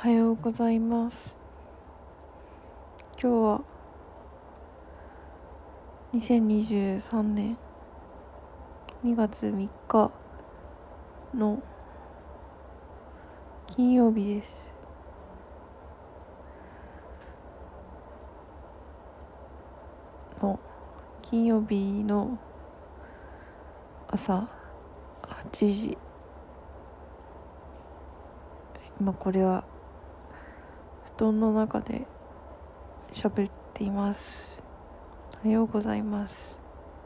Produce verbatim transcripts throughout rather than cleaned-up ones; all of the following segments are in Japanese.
はようございます。今日はにせんにじゅうさんねんにがつみっかの金曜日です。の金曜日の朝はちじ。今これは布団の中で喋っています。おはようございます。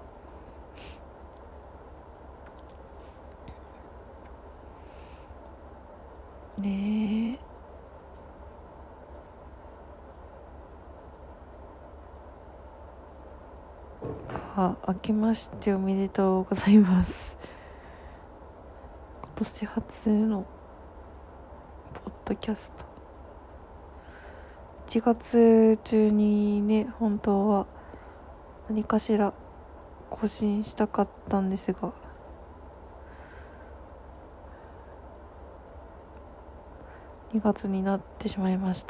ねえあ、明けましておめでとうございます。今年初のポッドキャスト、いちがつ中にね、本当は何かしら更新したかったんですが、にがつになってしまいました。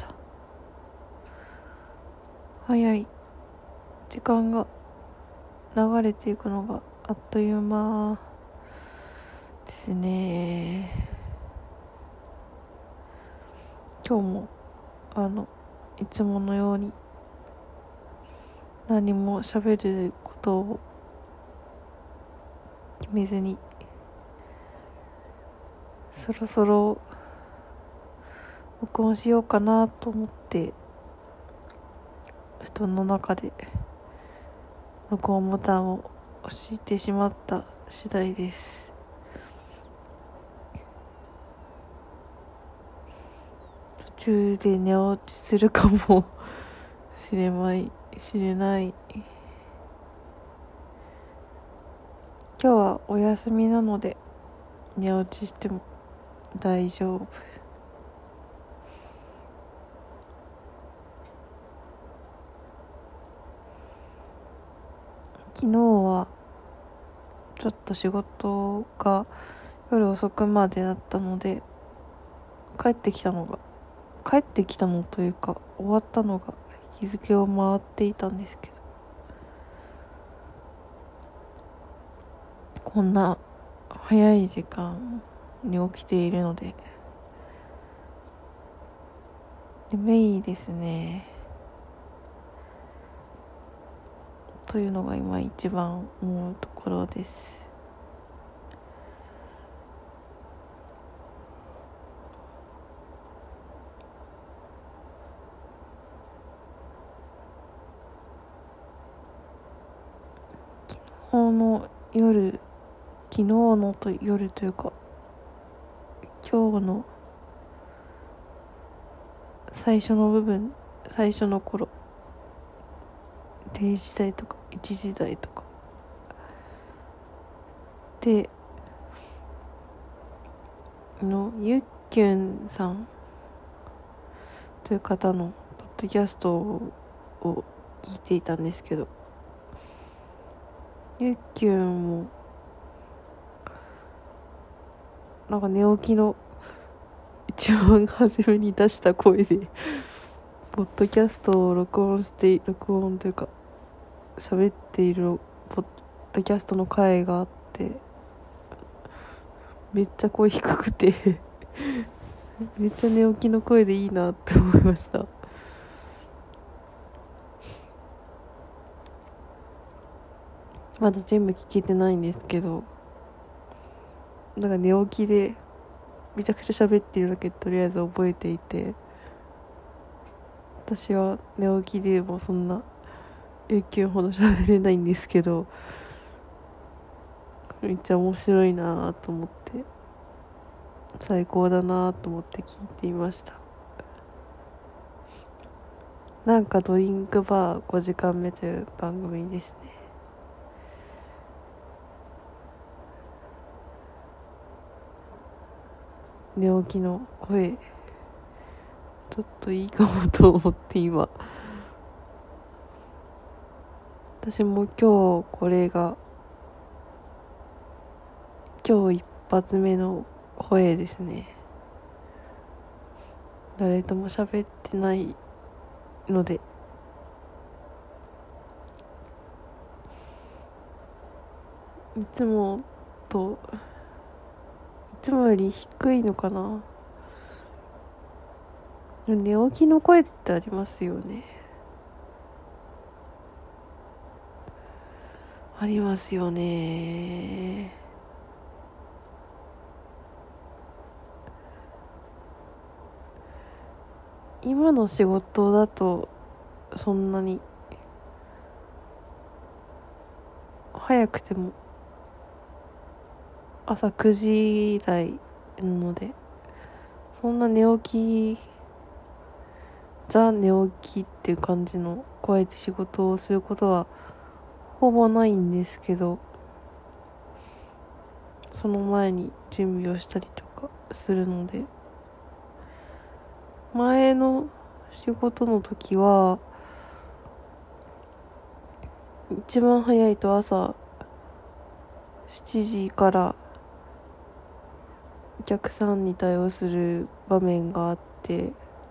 早い時間が流れていくのがあっという間ですね。今日もあのいつものように何も喋ることを決めずに、そろそろ録音しようかなと思って布団の中で録音ボタンを押してしまった次第です。途中で寝落ちするかもしれないしれない今日はお休みなので寝落ちしても大丈夫。昨日はちょっと仕事が夜遅くまでだったので、帰ってきたのが帰ってきたのというか終わったのが日付を回っていたんですけど、こんな早い時間に起きているので眠いですね、というのが今一番思うところです。昨日の夜昨日のと夜というか今日の最初の部分最初の頃れいじ台とかいちじ台とかでのゆっきゅんさんという方のポッドキャストを聞いていたんですけど、ゆっきゅんもなんか寝起きの一番初めに出した声でポッドキャストを録音して録音というか喋っているポッドキャストの回があって、めっちゃ声低くてめっちゃ寝起きの声でいいなって思いました。まだ全部聞けてないんですけど、なんか寝起きでめちゃくちゃ喋ってるだけとりあえず覚えていて、私は寝起きでもそんな有給ほど喋れないんですけど、めっちゃ面白いなと思って最高だなと思って聞いていました。なんかドリンクバーごじかんめという番組ですね。寝起きの声ちょっといいかもと思って今、私も今日これが今日一発目の声ですね。 誰とも喋ってないので、いつもといつもより低いのかな。寝起きの声ってありますよね。ありますよね。今の仕事だとそんなに早くても朝くじ台なので、そんな寝起きザ寝起きっていう感じの声で仕事をすることはほぼないんですけど、その前に準備をしたりとかするので、前の仕事の時は一番早いと朝しちじからお客さんに対応する場面があって、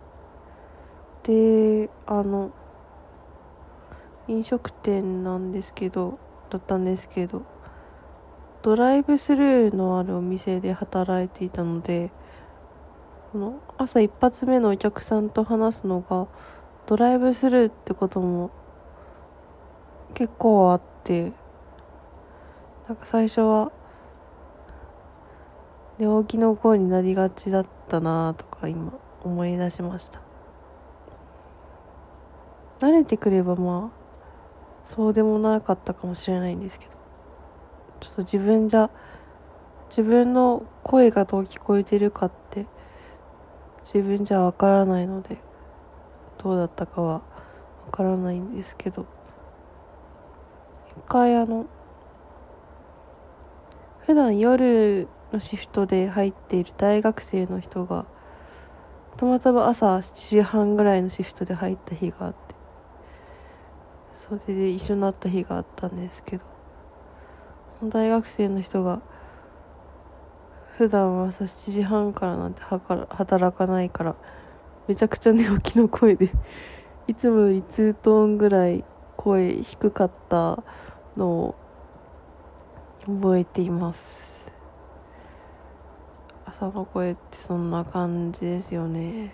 であの飲食店なんですけどだったんですけどドライブスルーのあるお店で働いていたので、この朝一発目のお客さんと話すのがドライブスルーってことも結構あって、なんか最初は寝起きの声になりがちだったなとか今思い出しました。慣れてくればまあそうでもなかったかもしれないんですけど、ちょっと自分じゃ自分の声がどう聞こえてるかって自分じゃわからないので、どうだったかはわからないんですけど、一回あの普段夜のシフトで入っている大学生の人がたまたま朝しちじはんぐらいのシフトで入った日があって、それで一緒になった日があったんですけど、その大学生の人が普段は朝しちじはんからなんて働かないからめちゃくちゃ寝起きの声でいつもよりツートーンぐらい声低かったのを覚えています。朝の声ってそんな感じですよね。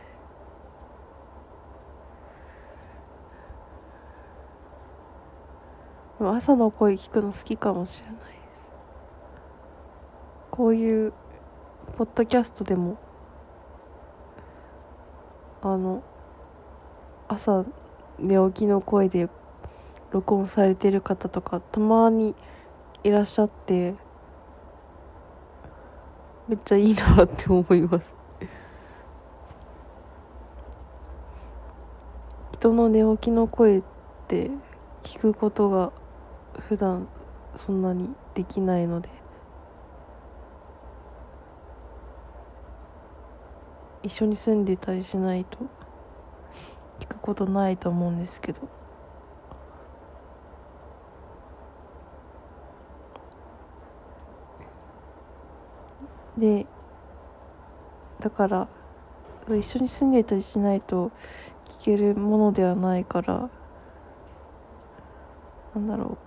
でも朝の声聞くの好きかもしれないです。こういうポッドキャストでもあの朝寝起きの声で録音されてる方とかたまにいらっしゃって、めっちゃいいなって思います。人の寝起きの声って聞くことが普段そんなにできないので、一緒に住んでたりしないと聞くことないと思うんですけど、でだから一緒に住んでたりしないと聞けるものではないから、なんだろ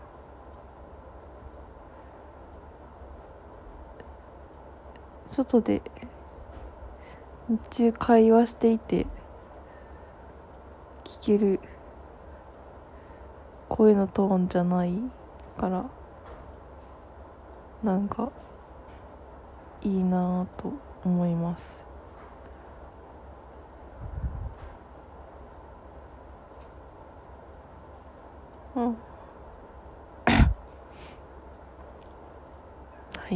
う、外で日中会話していて聞ける声のトーンじゃないから、なんかいいなぁと思います。うん。はい。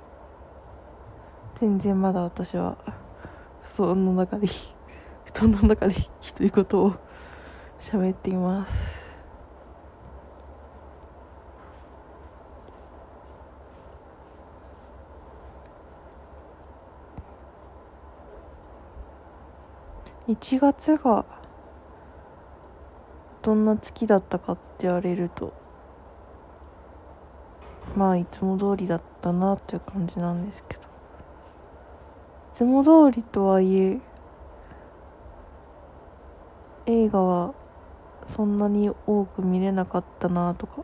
全然まだ私は布団の中で布団の中で独り言を喋っています。いちがつがどんな月だったかって言われると、まあいつも通りだったなっていう感じなんですけど、いつも通りとはいえ映画はそんなに多く見れなかったなとか、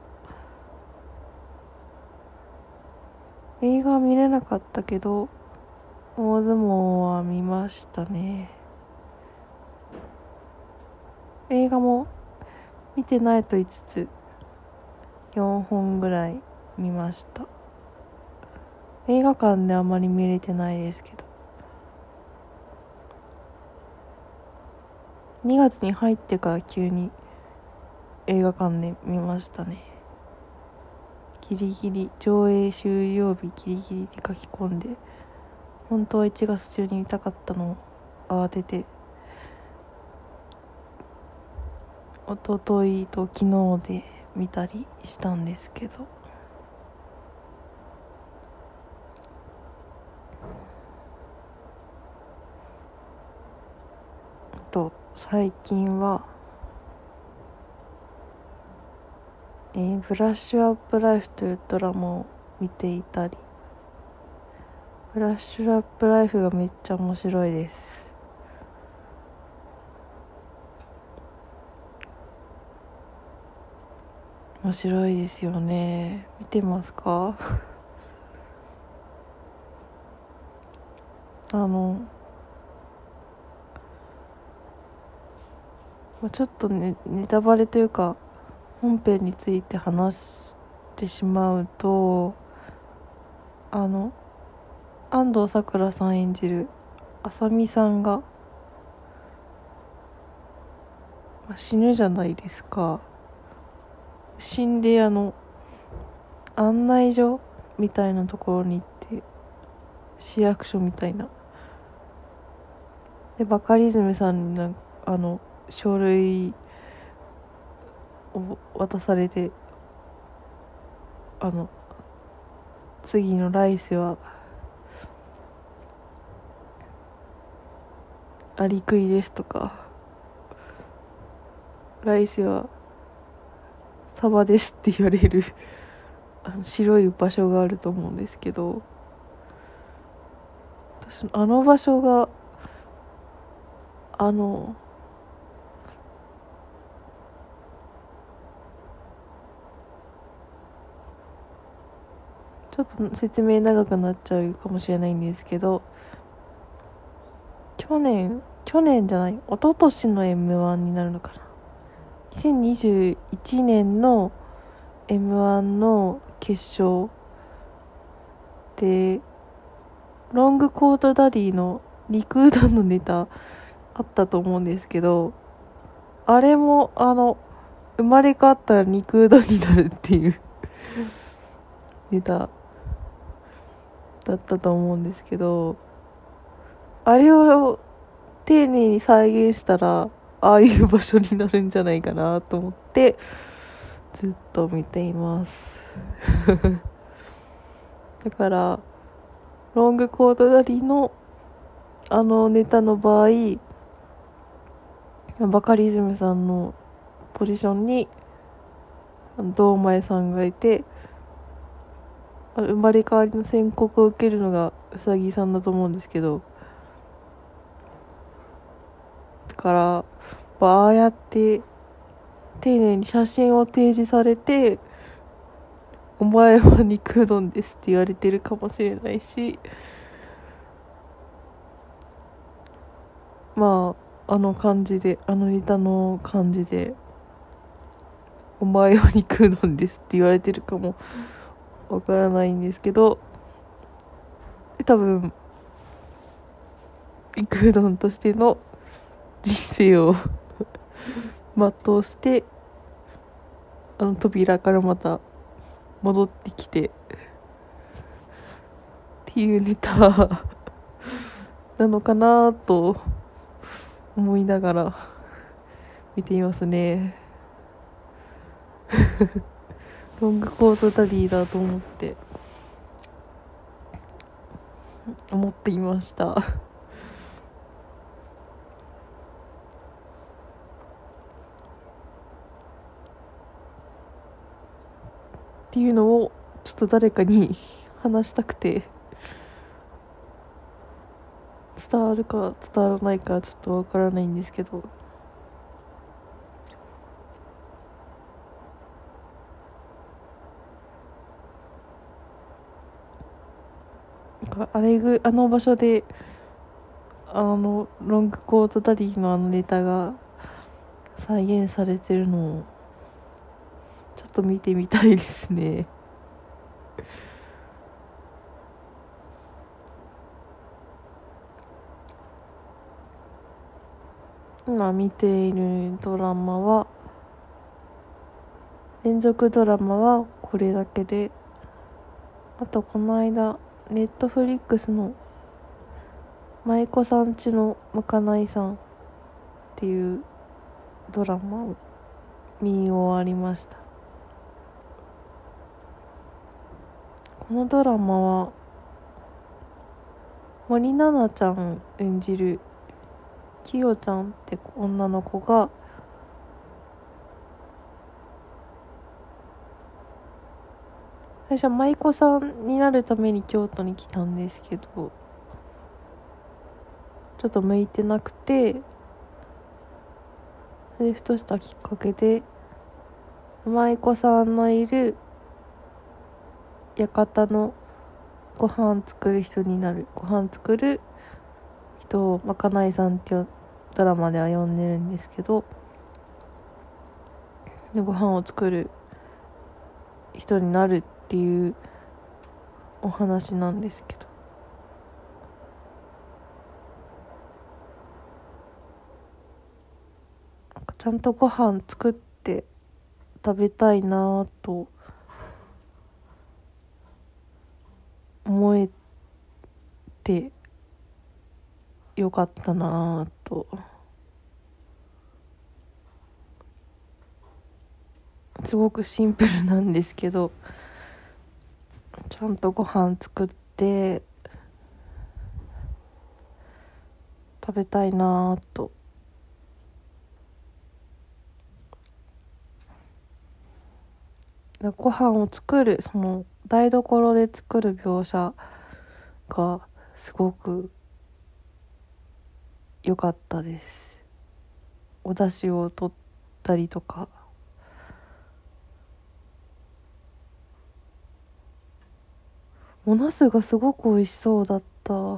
映画は見れなかったけど大相撲は見ましたね。映画も見てないと言いつつよんほんぐらい見ました。映画館であまり見れてないですけど、にがつに入ってから急に映画館で見ましたね。ギリギリ上映終了日ギリギリに書き込んで、本当はいちがつ中に見たかったのを慌てて一昨日と昨日で見たりしたんですけど、あと最近は、えー、ブラッシュアップライフというドラマを見ていたり、ブラッシュアップライフがめっちゃ面白いです。面白いですよね。見てますか？あのちょっとね、ネタバレというか本編について話してしまうと、あの安藤サクラさん演じるあさみさんが、まあ、死ぬじゃないですか。死んで、あの案内所みたいなところに行って、市役所みたいなでバカリズムさんになんあの書類を渡されて、あの次の来世はアリクイですとか、来世はサバですって言われるあの白い場所があると思うんですけど、私あの場所があのちょっと説明長くなっちゃうかもしれないんですけど、去年去年じゃない一昨年の エムワン になるのかな、にせんにじゅういちねんの エムワン の決勝でロングコートダディの肉うどんのネタあったと思うんですけど、あれもあの生まれ変わったら肉うどんになるっていうネタだったと思うんですけど、あれを丁寧に再現したらああいう場所になるんじゃないかなと思ってずっと見ていますだからロングコートダディのあのネタの場合、バカリズムさんのポジションに堂前さんがいて、生まれ変わりの宣告を受けるのがうさぎさんだと思うんですけど、だからああやって丁寧に写真を提示されて、お前は肉うどんですって言われてるかもしれないし、まああの感じで、あのネタの感じでお前は肉うどんですって言われてるかもわからないんですけど、多分肉うどんとしての人生を全うして、あの扉からまた戻ってきてっていうネタなのかなと思いながら見ていますねロングコートダディだと思って思っていましたっていうのをちょっと誰かに話したくて、伝わるか伝わらないかちょっとわからないんですけど、 あれぐあの場所であのロングコートダディのあのネタが再現されてるのをちょっと見てみたいですね。今見ているドラマは連続ドラマはこれだけで、あとこの間ネットフリックスの舞妓さんちのまかないさんっていうドラマを見終わりました。このドラマは森七菜ちゃん演じるきよちゃんって女の子が最初は舞妓さんになるために京都に来たんですけど、ちょっと向いてなくて、でふとしたきっかけで舞妓さんのいる館のご飯作る人になるご飯作る人をまかないさんっていうドラマでは呼んでるんですけど、でご飯を作る人になるっていうお話なんですけど、ちゃんとご飯作って食べたいなと思えてよかったなと。すごくシンプルなんですけど、ちゃんとご飯作って食べたいなと。ご飯を作る、その台所で作る描写がすごく良かったです。お出汁を取ったりとか、お茄子がすごく美味しそうだった。お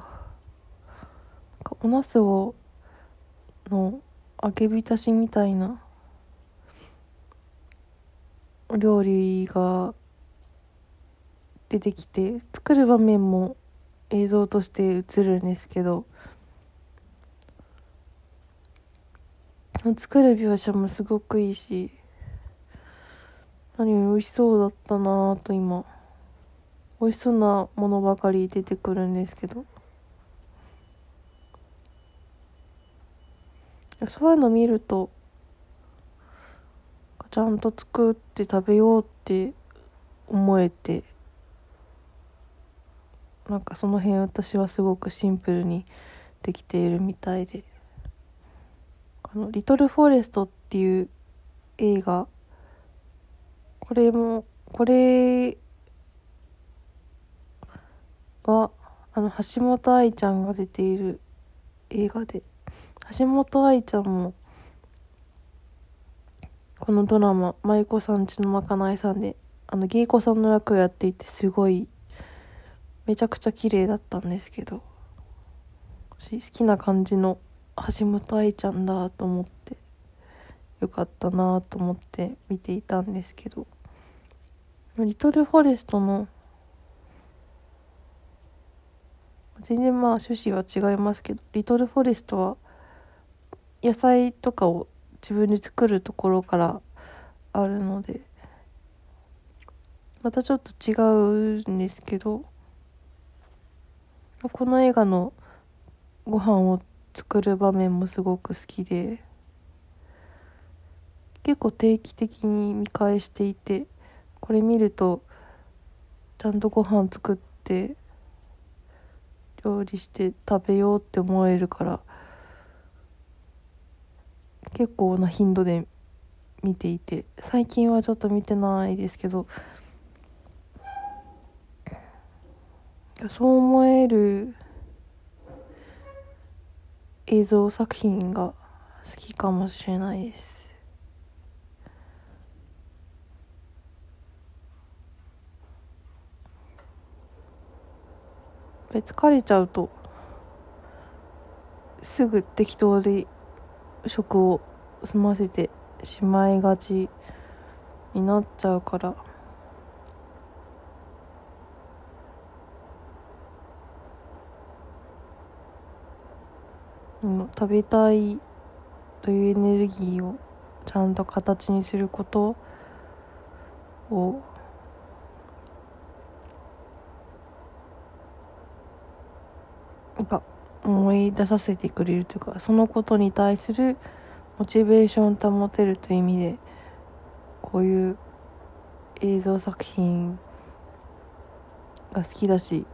茄子をの揚げ浸しみたいなお料理が出てきて、作る場面も映像として映るんですけど、作る描写もすごくいいし、何より美味しそうだったなぁと。今美味しそうなものばかり出てくるんですけど、そういうの見るとちゃんと作って食べようって思えて、なんかその辺私はすごくシンプルにできているみたいで、あのリトルフォレストっていう映画、これもこれはあの橋本愛ちゃんが出ている映画で、橋本愛ちゃんもこのドラマ舞妓さんちのまかないさんであの芸妓さんの役をやっていて、すごいめちゃくちゃ綺麗だったんですけど、好きな感じの橋本愛ちゃんだと思って、よかったなと思って見ていたんですけど、リトルフォレストの全然まあ趣旨は違いますけど、リトルフォレストは野菜とかを自分で作るところからあるのでまたちょっと違うんですけど、この映画のご飯を作る場面もすごく好きで、結構定期的に見返していて、これ見るとちゃんとご飯作って料理して食べようって思えるから、結構な頻度で見ていて、最近はちょっと見てないですけど、そう思える映像作品が好きかもしれないです。 ぱり疲れちゃうとすぐ適当で食を済ませてしまいがちになっちゃうから、うん、食べたいというエネルギーをちゃんと形にすることをなんか思い出させてくれるというか、そのことに対するモチベーションを保てるという意味で、こういう映像作品が好きだし、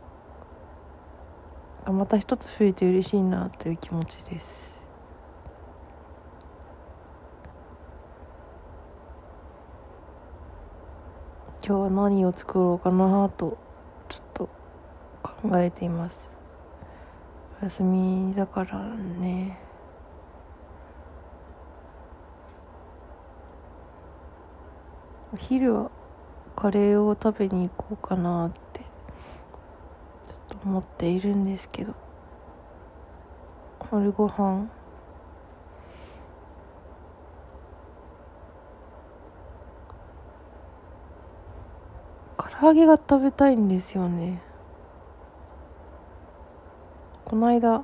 また一つ増えて嬉しいなという気持ちです。今日は何を作ろうかなとちょっと考えています。お休みだからね。お昼はカレーを食べに行こうかなってちょっと思っているんですけど、夜ご飯唐揚げが食べたいんですよね。この間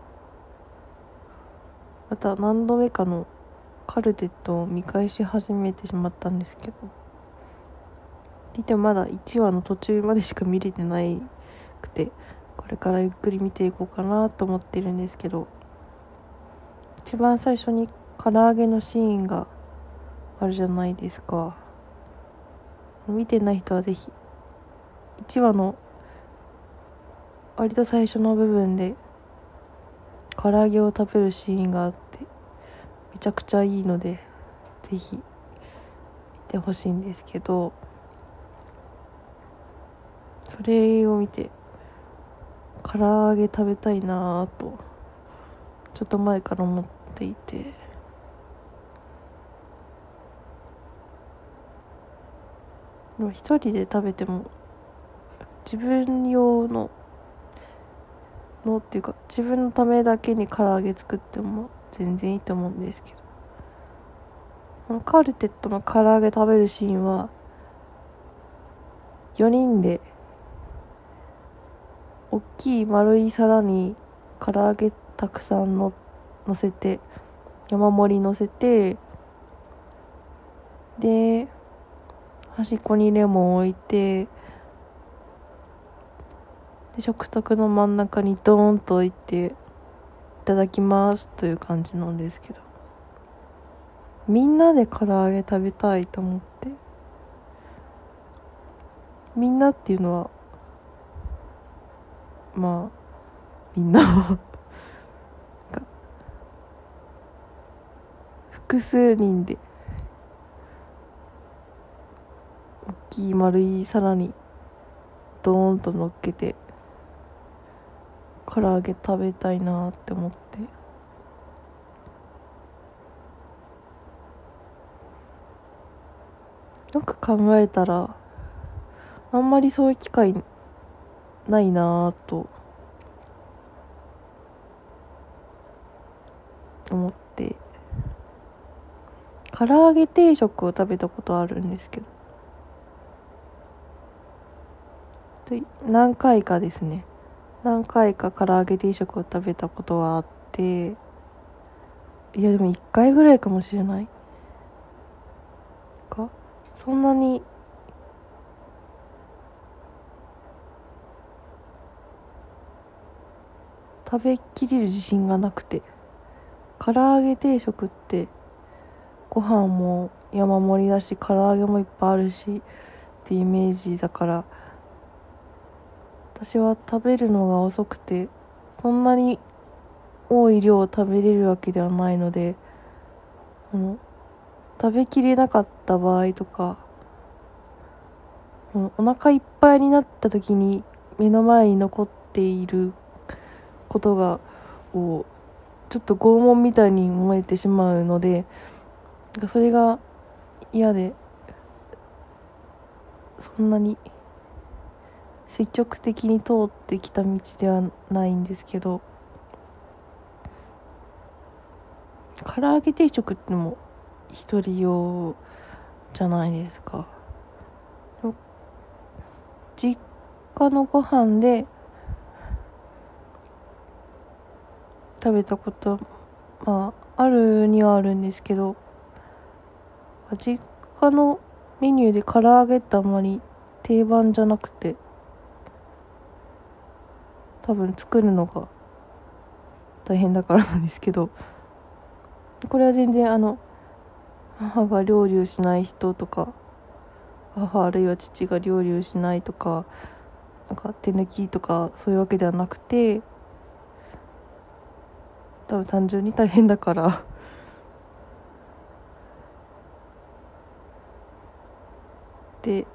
また何度目かのカルテットを見返し始めてしまったんですけど、言ってもまだいちわの途中までしか見れてないくて、これからゆっくり見ていこうかなと思ってるんですけど、一番最初に唐揚げのシーンがあるじゃないですか。見てない人はぜひいちわの割と最初の部分で唐揚げを食べるシーンがあってめちゃくちゃいいので、ぜひ見てほしいんですけど、それを見て唐揚げ食べたいなぁとちょっと前から思っていて、でも一人で食べても自分用ののっていうか自分のためだけに唐揚げ作っても全然いいと思うんですけど、このカルテットの唐揚げ食べるシーンはよにんで大きい丸い皿に唐揚げたくさんの乗せて、山盛り乗せて、で端っこにレモンを置いて、で食卓の真ん中にドーンと置いていただきますという感じなんですけど、みんなで唐揚げ食べたいと思って、みんなっていうのはまあみんな複数人で大きい丸い皿にドーンと乗っけて唐揚げ食べたいなって思って、よく考えたらあんまりそういう機会ないなと思って、唐揚げ定食を食べたことあるんですけど、何回かですね何回か唐揚げ定食を食べたことはあって、いやでもいっかいぐらいかもしれないか、そんなに食べきれる自信がなくて、唐揚げ定食ってご飯も山盛りだし唐揚げもいっぱいあるしってイメージだから、私は食べるのが遅くてそんなに多い量を食べれるわけではないので、あの食べきれなかった場合とか、お腹いっぱいになった時に目の前に残っていることがこうちょっと拷問みたいに思えてしまうので、それが嫌でそんなに積極的に通ってきた道ではないんですけど、唐揚げ定食っても一人用じゃないですか。実家のご飯で食べたことはまああるにはあるんですけど、実家のメニューで唐揚げってあんまり定番じゃなくて、多分作るのが大変だからなんですけど、これは全然あの母が料理をしない人とか、母あるいは父が料理をしないとか、なんか手抜きとかそういうわけではなくて、多分単純に大変だからで、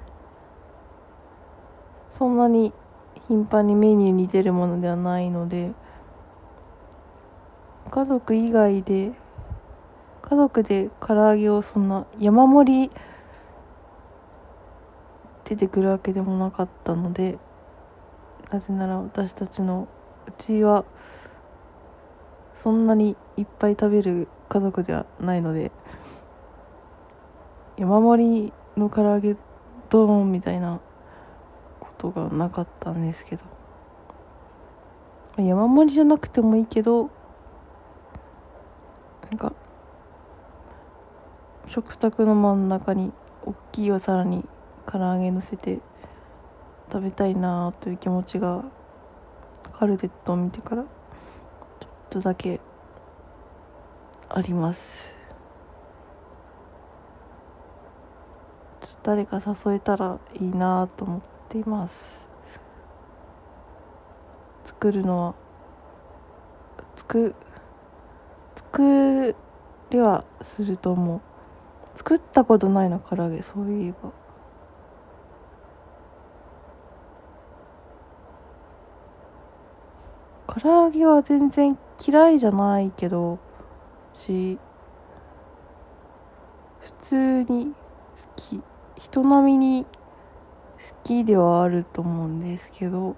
そんなに頻繁にメニューに出るものではないので、家族以外で家族で唐揚げをそんな山盛り出てくるわけでもなかったので、なぜなら私たちのうちはそんなにいっぱい食べる家族ではないので、山盛りの唐揚げドーンみたいなことがなかったんですけど、山盛りじゃなくてもいいけど、なんか食卓の真ん中に大きいお皿に唐揚げ乗せて食べたいなという気持ちがカルテットを見てからちょっとだけあります。ちょっと誰か誘えたらいいなと思っています。作るのは作作りはすると思う。作ったことないの、唐揚げ。そういえば唐揚げは全然嫌いじゃないけどし、普通に好き、人並みに好きではあると思うんですけど、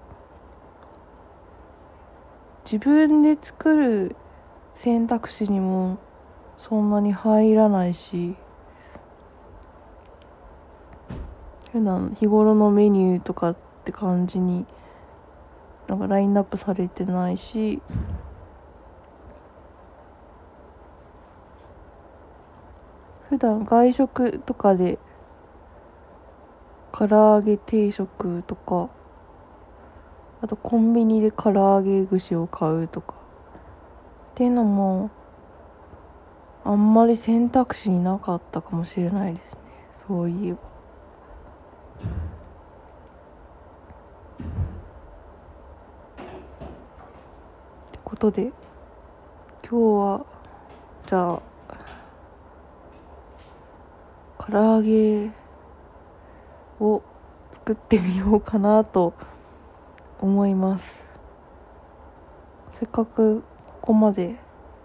自分で作る選択肢にもそんなに入らないし、普段日頃のメニューとかって感じになんかラインナップされてないし、普段外食とかで唐揚げ定食とか、あとコンビニで唐揚げ串を買うとかっていうのもあんまり選択肢になかったかもしれないですね、そういえば。ってことで今日はじゃあ唐揚げを作ってみようかなと思います。せっかくここまで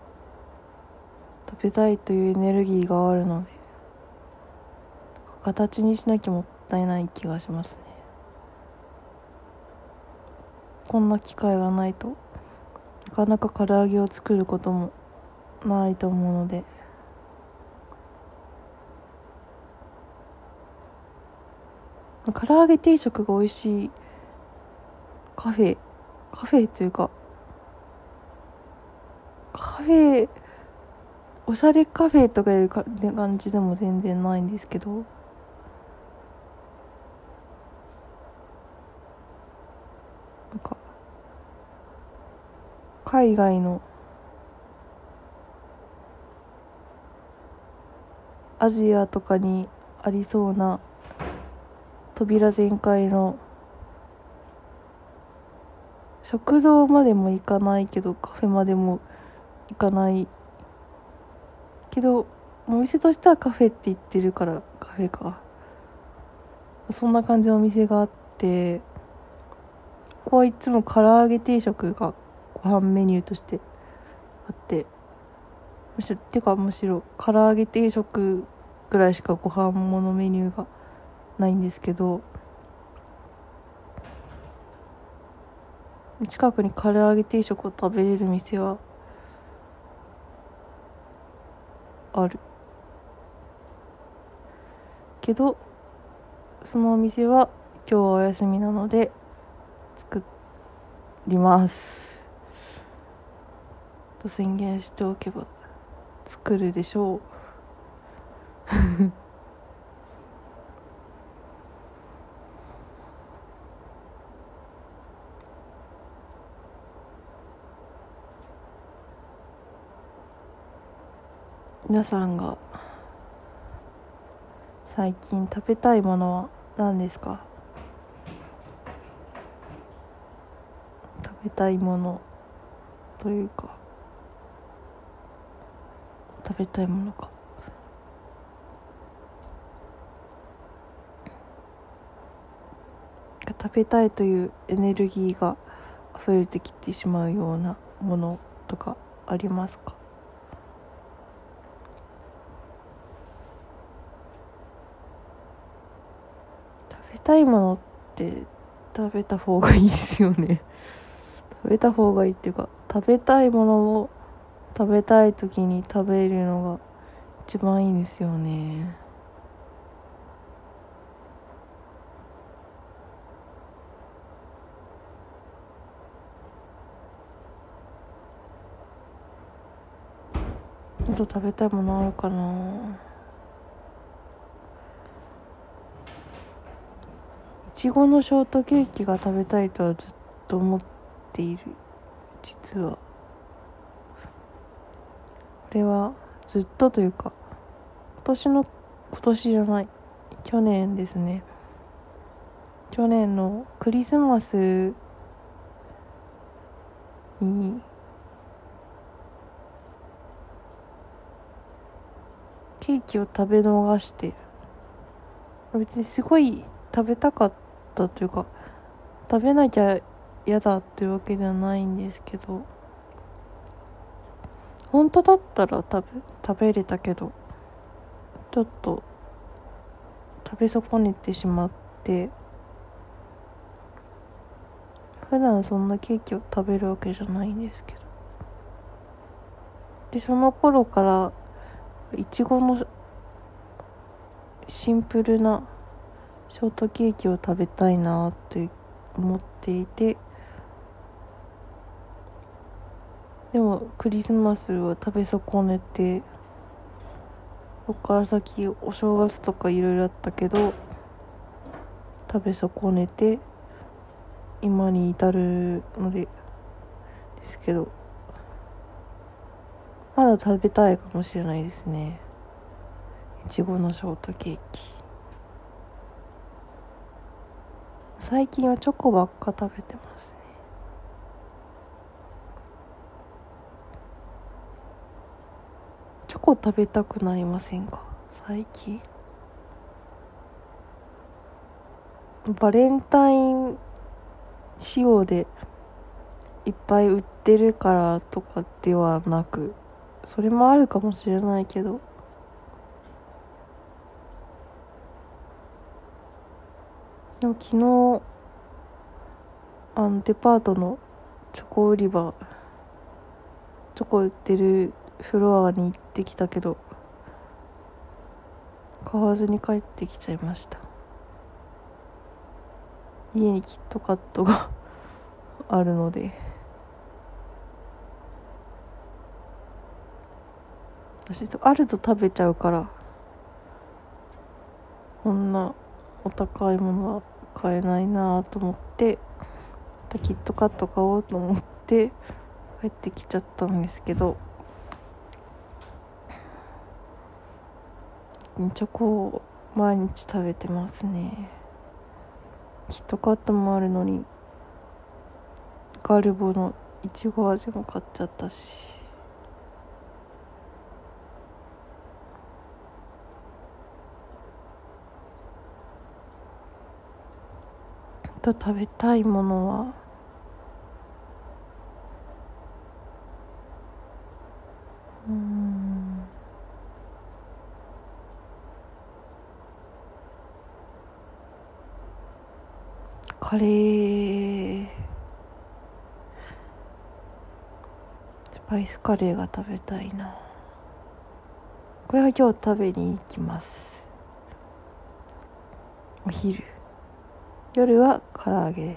食べたいというエネルギーがあるので、形にしなきゃもったいない気がしますね。こんな機会がないとなかなか唐揚げを作ることもないと思うので、唐揚げ定食が美味しいカフェカフェというかカフェおしゃれカフェとかいう感じでも全然ないんですけど、なんか海外のアジアとかにありそうな扉全開の食堂までも行かないけどカフェまでも行かないけど、お店としてはカフェって言ってるからカフェか、そんな感じのお店があって、ここはいつも唐揚げ定食がご飯メニューとしてあって、むしろてかむしろ唐揚げ定食ぐらいしかご飯ものメニューがないんですけど、 近くに唐揚げ定食を食べれる店はあるけど、そのお店は今日はお休みなので作りますと宣言しておけば作るでしょう皆さんが最近食べたいものは何ですか？食べたいものというか食べたいものか食べたいというエネルギーが溢れてきてしまうようなものとかありますか？食べたいものって食べた方がいいですよね食べた方がいいっていうか、食べたいものを食べたい時に食べるのが一番いいですよね。あと食べたいものあるかな。いちごのショートケーキが食べたいとはずっと思っている。実はこれはずっとというか今年の今年じゃない去年ですね。去年のクリスマスにケーキを食べ逃して、別にすごい食べたかったというか食べなきゃ嫌だっていうわけではないんですけど、本当だったら食べ食べれたけどちょっと食べ損ねてしまって、普段そんなケーキを食べるわけじゃないんですけど、でその頃からいちごのシンプルなショートケーキを食べたいなって思っていて、でもクリスマスは食べ損ねて、そこから先お正月とかいろいろあったけど食べ損ねて今に至るのでですけど、まだ食べたいかもしれないですね、いちごのショートケーキ。最近はチョコばっか食べてますね。チョコ食べたくなりませんか最近？バレンタイン仕様でいっぱい売ってるからとかではなく、それもあるかもしれないけど、でも昨日あのデパートのチョコ売り場、チョコ売ってるフロアに行ってきたけど買わずに帰ってきちゃいました。家にキットカットがあるので、私あると食べちゃうから、こんなお高いものは買えないなと思って、またキットカット買おうと思って帰ってきちゃったんですけど、チョコを毎日食べてますね。キットカットもあるのにガルボのいちご味も買っちゃったし、あと食べたいものはうーんカレーライスカレーが食べたいな。これは今日食べに行きます。お昼。夜は唐揚げです。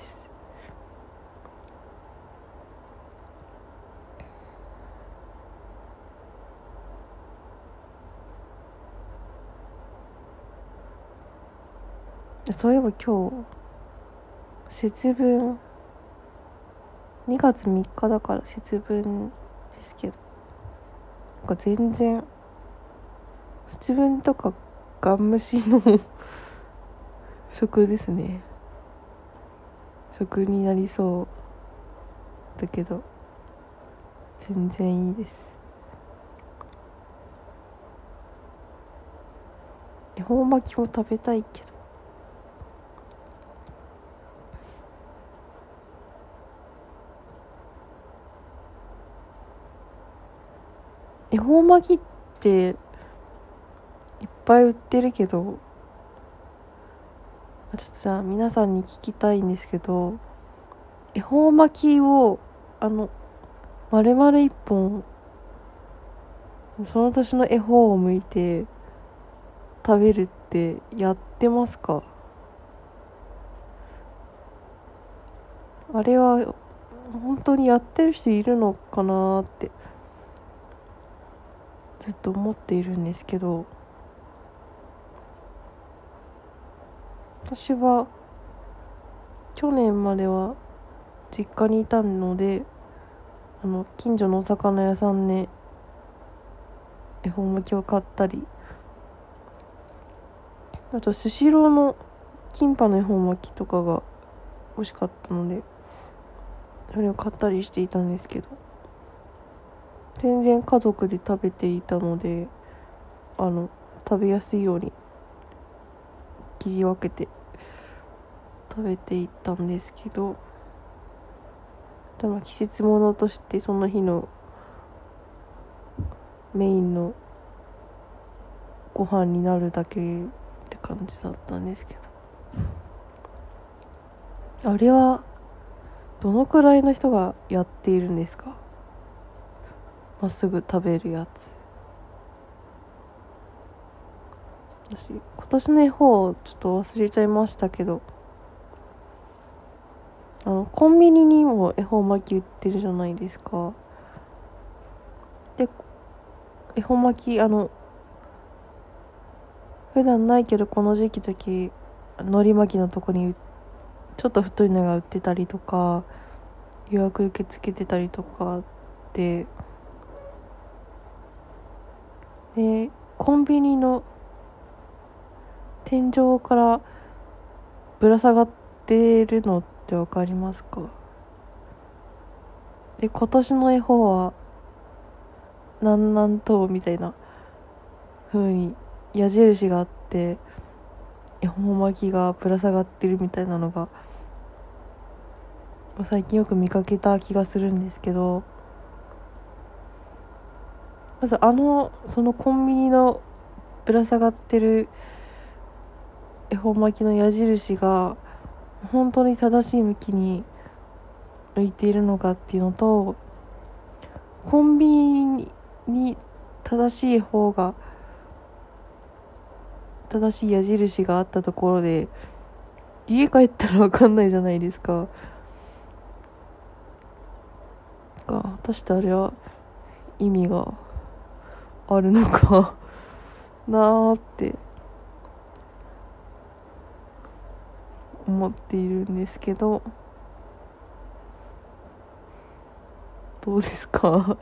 そういえば今日節分にがつみっかだから節分ですけど、なんか全然節分とかガン虫の食ですね。食になりそうだけど全然いいです。恵方巻きも食べたいけど、恵方巻きっていっぱい売ってるけど、ちょっとじゃあ皆さんに聞きたいんですけど、恵方巻きをあの丸々一本その年の恵方を剥いて食べるってやってますか？あれは本当にやってる人いるのかなってずっと思っているんですけど、私は去年までは実家にいたので、あの近所のお魚屋さんで恵方巻きを買ったり、あとスシローのキンパの恵方巻きとかが美味しかったのでそれを買ったりしていたんですけど、全然家族で食べていたので、あの食べやすいように切り分けて食べていったんですけど、でも季節物としてその日のメインのご飯になるだけって感じだったんですけど、あれはどのくらいの人がやっているんですか？まっすぐ食べるやつ。私今年の恵方ちょっと忘れちゃいましたけど、あのコンビニにも恵方巻き売ってるじゃないですか。で恵方巻き、あの普段ないけどこの時期だけ海苔巻きのとこにちょっと太いのが売ってたりとか、予約受け付けてたりとかで、でコンビニの天井からぶら下がってるのってわかりますか？で今年の恵方はなんなんとみたいな風に矢印があって恵方巻きがぶら下がってるみたいなのが最近よく見かけた気がするんですけど、まずあのそのコンビニのぶら下がってる恵方巻きの矢印が本当に正しい向きに向いているのかっていうのと、コンビニに正しい方が正しい矢印があったところで家帰ったら分かんないじゃないですか。が果たしてあれは意味があるのかなーって思っているんですけど、どうですか？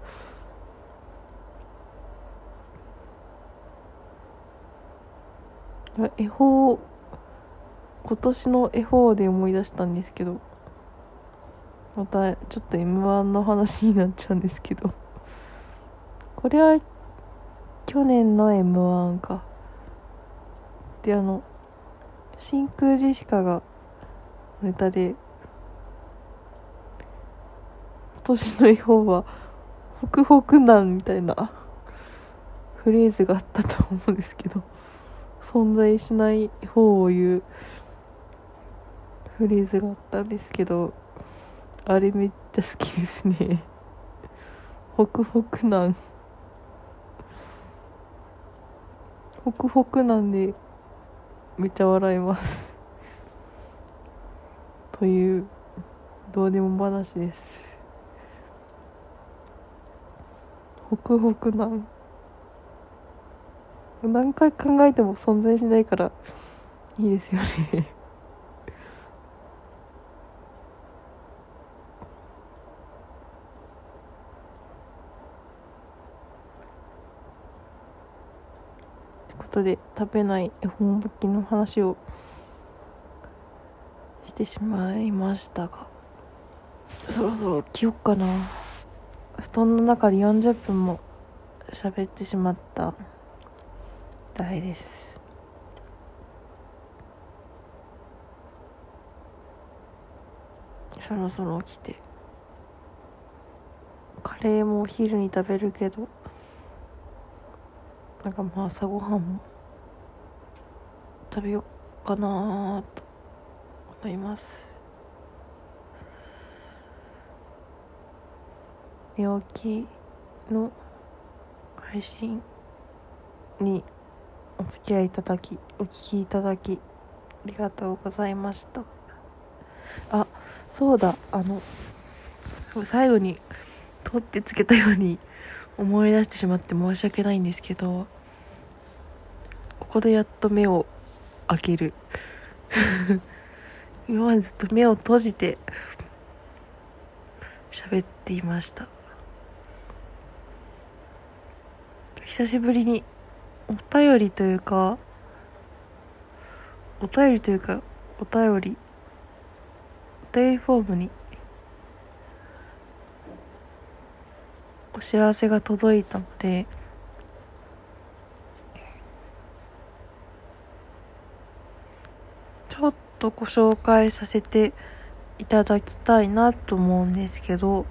恵方、今年の恵方で思い出したんですけど、またちょっと エムワン の話になっちゃうんですけど、これは去年の エムワン か。で、あの真空ジェシカがネタで、今年の恵方はホクホクなんみたいなフレーズがあったと思うんですけど、存在しない方を言うフレーズがあったんですけど、あれめっちゃ好きですね。 ホクホクなんホクホクなんでめっちゃ笑いますというどうでも話です。ホクホクなん何回考えても存在しないからいいですよねということで、食べない恵方巻きの話をしてしまいましたが、そろそろ起きよっかな。布団の中でよんじゅっぷんも喋ってしまったみたいです。そろそろ起きて、カレーもお昼に食べるけど、なんかまあ朝ごはんも食べよっかなと思います。寝起きの配信にお付き合いいただき、お聞きいただきありがとうございました。あ、そうだ、あの最後に取ってつけたように思い出してしまって申し訳ないんですけど、ここでやっと目を開ける今までずっと目を閉じて喋っていました。久しぶりにお便りというかお便りというかお便りお便りフォームにお知らせが届いたので、ちょっとご紹介させていただきたいなと思うんですけど、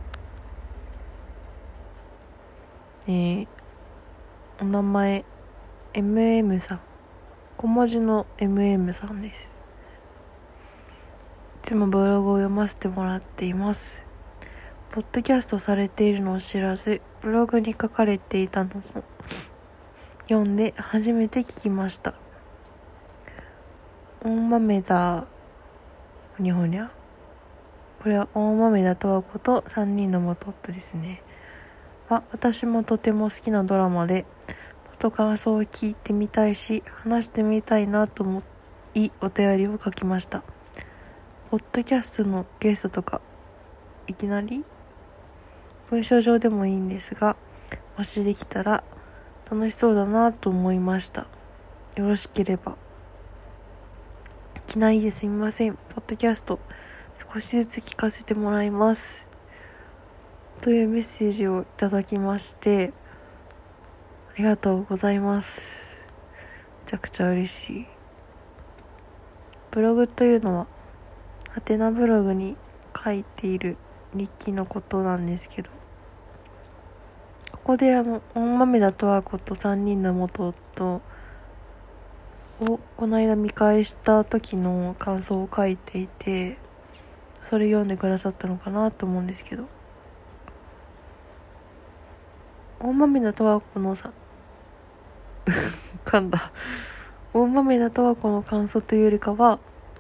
えー、お名前 エムエム さん、小文字の エムエム さんです。いつもブログを読ませてもらっています。ポッドキャストされているのを知らず、ブログに書かれていたのを読んで初めて聞きました。大豆田ほにゃほにゃ、これは大豆田十和子とさんにんの元夫ですね。あ、私もとても好きなドラマで、もっと感想を聞いてみたいし、話してみたいなと思い、お便りを書きました。ポッドキャストのゲストとか、いきなり文章上でもいいんですが、もしできたら楽しそうだなと思いました。よろしければ。いきなりですみません。ポッドキャスト少しずつ聞かせてもらいます。というメッセージをいただきまして、ありがとうございます。めちゃくちゃ嬉しい。ブログというのは、ハテナブログに書いている日記のことなんですけど、ここであの大豆田十和子とさんにんの元夫をこの間見返した時の感想を書いていて、それ読んでくださったのかなと思うんですけど、大豆田十和子のさ噛んだ大豆田十和子の感想というよりかは、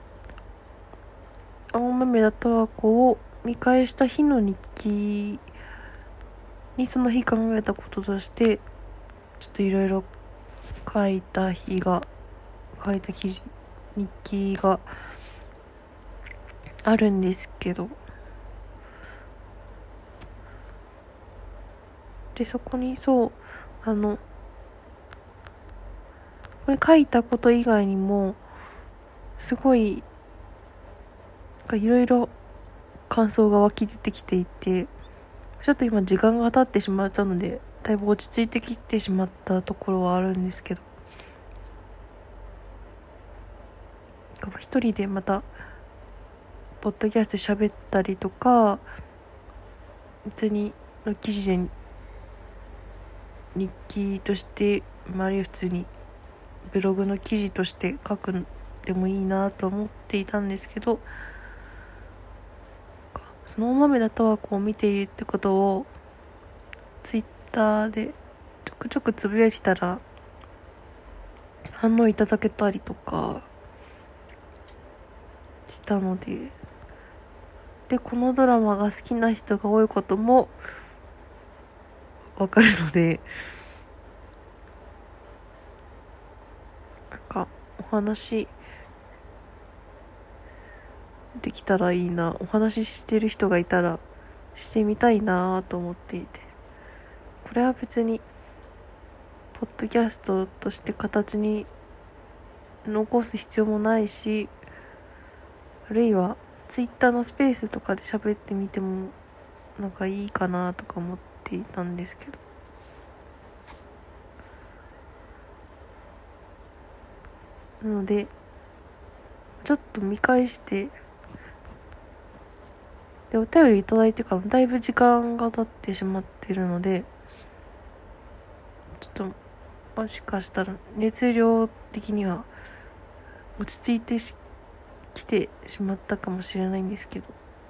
大豆田十和子を見返した日の日記にその日考えたこととしてちょっといろいろ書いた日が書いた記事日記があるんですけど、でそこにそうあのこれ書いたこと以外にもすごいいろいろ感想が湧き出てきていて、ちょっと今時間が経ってしまったのでだいぶ落ち着いてきてしまったところはあるんですけど、一人でまたポッドキャスト喋ったりとか、別にの記事で日記としてあるいは普通にブログの記事として書くんでもいいなと思っていたんですけど、その大豆田十和子を見ているってことをツイッターでちょくちょくつぶやいてたら反応いただけたりとかしたので、でこのドラマが好きな人が多いこともわかるので、なんかお話できたらいいな、お話ししてる人がいたらしてみたいなと思っていて、これは別にポッドキャストとして形に残す必要もないし、あるいはツイッターのスペースとかで喋ってみてもなんかいいかなとか思っていたんですけど、なのでちょっと見返して、でお便りいただいてからもだいぶ時間が経ってしまってるので、ちょっともしかしたら熱量的には落ち着いてきてしまったかもしれないんですけど、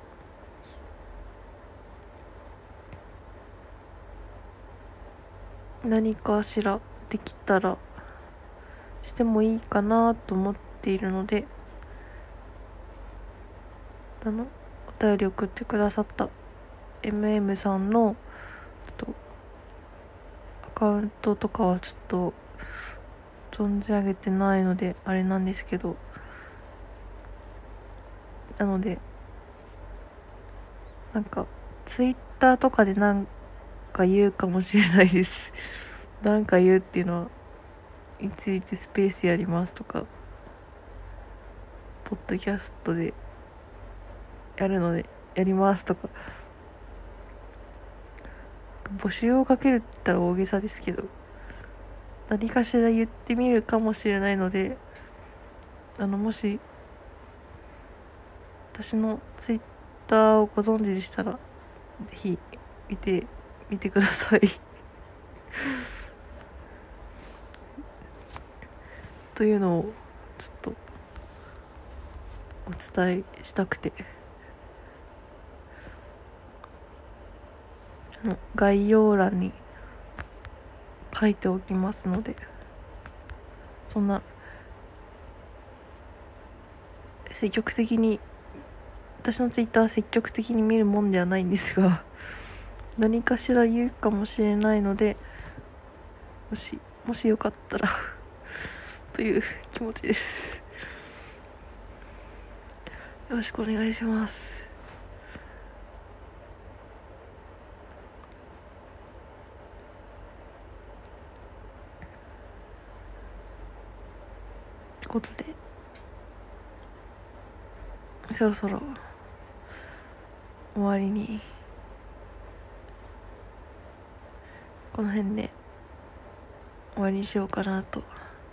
何かしらできたらしてもいいかなと思っているので、あのお便り送ってくださった エムエム さんのちょっとアカウントとかはちょっと存じ上げてないのであれなんですけど、なのでなんかツイッターとかでなんか言うかもしれないですなんか言うっていうのはいちいちスペースやりますとか、ポッドキャストでやるのでやりますとか、募集をかけるって言ったら大げさですけど、何かしら言ってみるかもしれないので、あのもし私のツイッターをご存知でしたらぜひ見てみてくださいというのをちょっとお伝えしたくて、あの概要欄に書いておきますので、そんな積極的に、私のツイッターは積極的に見るもんではないんですが、何かしら言うかもしれないので、もしもしよかったらという気持ちです。よろしくお願いします。ということで、そろそろ終わりに、この辺で終わりにしようかなと。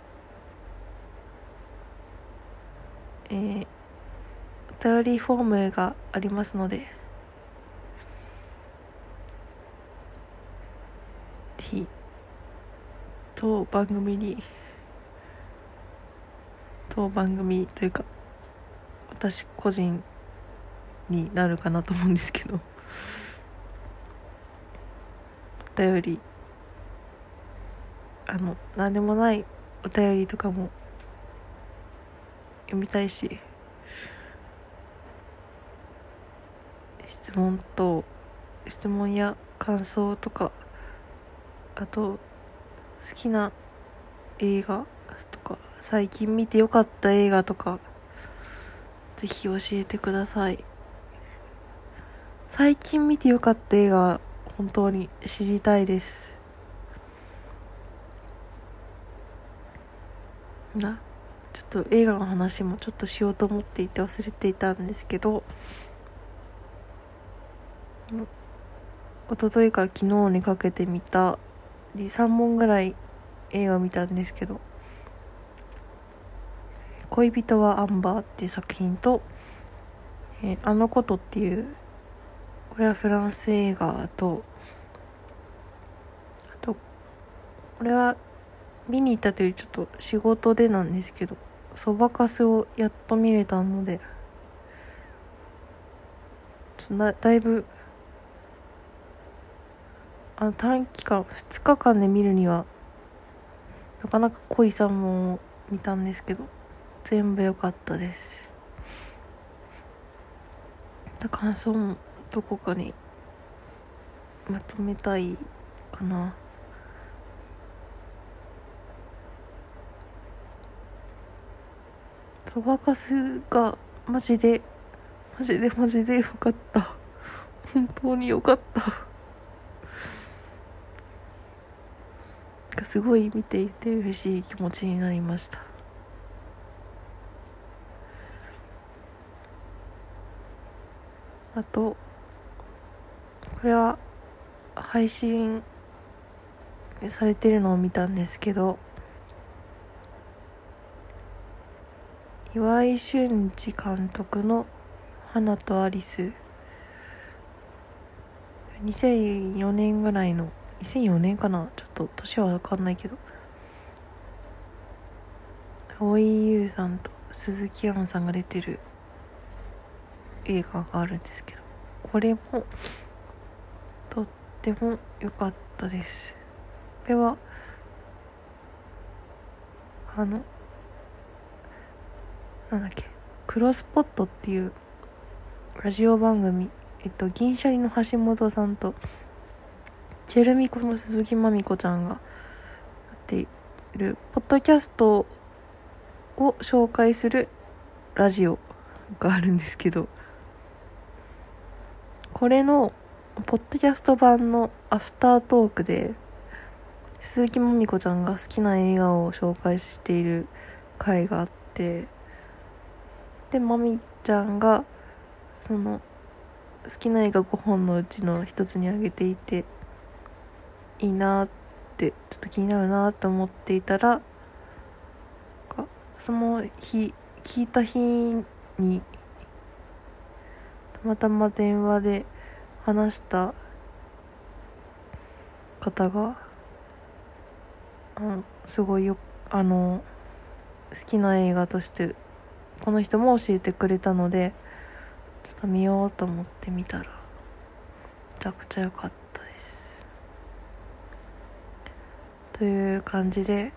えー、お便りフォームがありますので、ぜひ当番組に当番組というか私個人になるかなと思うんですけど、お便り、あの何でもないお便りとかも読みたいし、質問と質問や感想とか、あと好きな映画とか最近見てよかった映画とかぜひ教えてください。最近見てよかった映画本当に知りたいです。なちょっと映画の話もちょっとしようと思っていて忘れていたんですけど、一昨日から昨日にかけて見たさんぼんぐらい映画を見たんですけど、恋人はアンバーっていう作品と、えー、あのことっていうこれはフランス映画と、あとこれは見に行ったというちょっと仕事でなんですけど、そばかすをやっと見れたので、ちょっとなだいぶあの短期間ふつかかんで見るにはなかなか濃いさんぼんを見たんですけど、全部良かったです。感想もどこかにまとめたいかな。そばかすがマジでマジでマジでよかった。本当によかった。すごい見ていて嬉しい気持ちになりました。あとこれは配信されてるのを見たんですけど、岩井俊二監督の花とアリス、にせんよねんぐらいの、にせんよねんかな、ちょっと年は分かんないけど、蒼井優さんと鈴木杏さんが出てる映画があるんですけど、これもとっても良かったです。これはあのなんだっけクロスポットっていうラジオ番組、えっと銀シャリの橋本さんとチェルミコの鈴木まみこちゃんがやっているポッドキャストを紹介するラジオがあるんですけど、これのポッドキャスト版のアフタートークで鈴木まみこちゃんが好きな映画を紹介している回があって、でまみちゃんがその好きな映画ごほんのうちの一つに挙げていて、いいなってちょっと気になるなって思っていたら、その日聞いた日にたまたま電話で話した方があのすごいよあの好きな映画としてこの人も教えてくれたので、ちょっと見ようと思って見たらめちゃくちゃ良かったです。という感じで、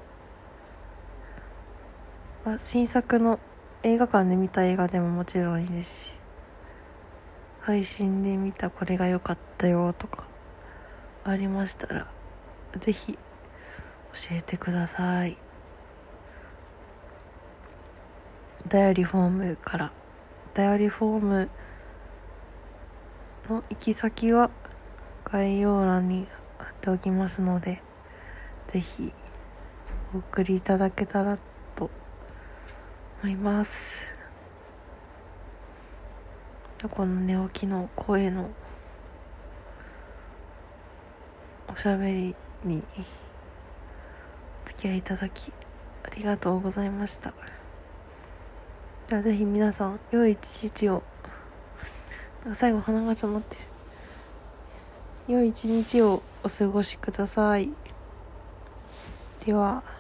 まあ、新作の映画館で見た映画でももちろんいいですし、配信で見たこれが良かったよとかありましたらぜひ教えてください。お便りフォームから、お便りフォームの行き先は概要欄に貼っておきますので、ぜひお送りいただけたらと思います。この寝起きの声のおしゃべりにお付き合いいただきありがとうございました。ではぜひ皆さん良い一日を、最後鼻が詰まってる、良い一日をお過ごしください。では。